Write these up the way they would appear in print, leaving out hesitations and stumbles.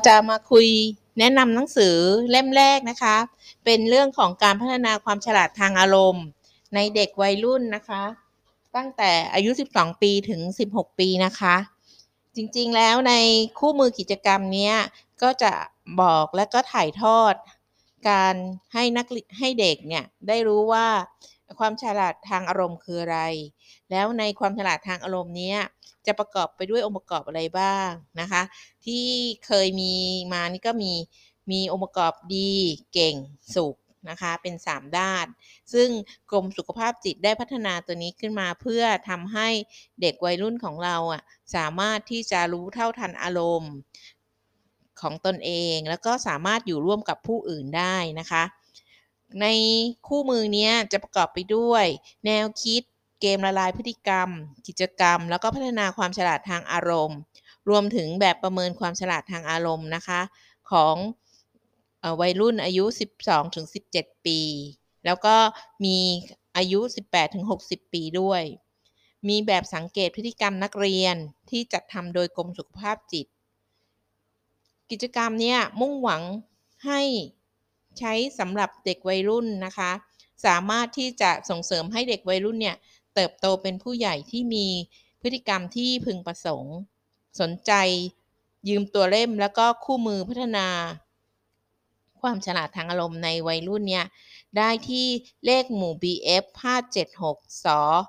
จะมาคุยแนะนำหนังสือเล่มแรกนะคะเป็นเรื่องของการพัฒนาความฉลาดทางอารมณ์ในเด็กวัยรุ่นนะคะตั้งแต่อายุ12ปีถึง16ปีนะคะจริงๆแล้วในคู่มือกิจกรรมนี้ก็จะบอกและก็ถ่ายทอดการให้เด็กเนี่ยได้รู้ว่าความฉลาดทางอารมณ์คืออะไรแล้วในความฉลาดทางอารมณ์นี้จะประกอบไปด้วยองค์ประกอบอะไรบ้างนะคะที่เคยมีมานี่ก็มีองค์ประกอบดีเก่งสุขนะคะเป็น3ด้านซึ่งกรมสุขภาพจิตได้พัฒนาตัวนี้ขึ้นมาเพื่อทำให้เด็กวัยรุ่นของเราสามารถที่จะรู้เท่าทันอารมณ์ของตนเองแล้วก็สามารถอยู่ร่วมกับผู้อื่นได้นะคะในคู่มือนี้จะประกอบไปด้วยแนวคิดเกมละลายพฤติกรรมกิจกรรมแล้วก็พัฒนาความฉลาดทางอารมณ์รวมถึงแบบประเมินความฉลาดทางอารมณ์นะคะของวัยรุ่นอายุ12-17ปีแล้วก็มีอายุ18-60ปีด้วยมีแบบสังเกตพฤติกรรมนักเรียนที่จัดทำโดยกรมสุขภาพจิตกิจกรรมนี้มุ่งหวังให้ใช้สำหรับเด็กวัยรุ่นนะคะสามารถที่จะส่งเสริมให้เด็กวัยรุ่นเนี่ยเติบโตเป็นผู้ใหญ่ที่มีพฤติกรรมที่พึงประสงค์สนใจยืมตัวเล่มแล้วก็คู่มือพัฒนาความฉลาดทางอารมณ์ในวัยรุ่นเนี่ยได้ที่เลขหมู่ BF 576ส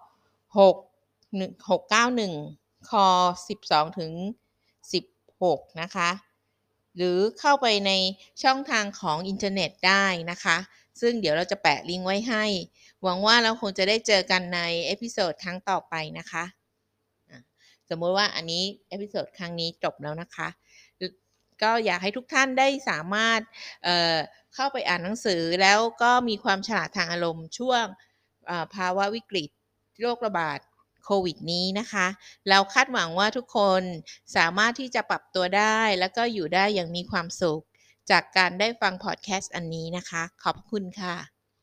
691ค12ถึง16นะคะหรือเข้าไปในช่องทางของอินเทอร์เน็ตได้นะคะซึ่งเดี๋ยวเราจะแปะลิงก์ไว้ให้หวังว่าเราคงจะได้เจอกันในเอพิโซดครั้งต่อไปนะคะสมมติว่าอันนี้เอพิโซดครั้งนี้จบแล้วนะคะก็อยากให้ทุกท่านได้สามารถเข้าไปอ่านหนังสือแล้วก็มีความฉลาดทางอารมณ์ช่วงภาวะวิกฤตโรคระบาดโควิดนี้นะคะเราคาดหวังว่าทุกคนสามารถที่จะปรับตัวได้แล้วก็อยู่ได้อย่างมีความสุขจากการได้ฟังพอดแคสต์อันนี้นะคะขอบคุณค่ะ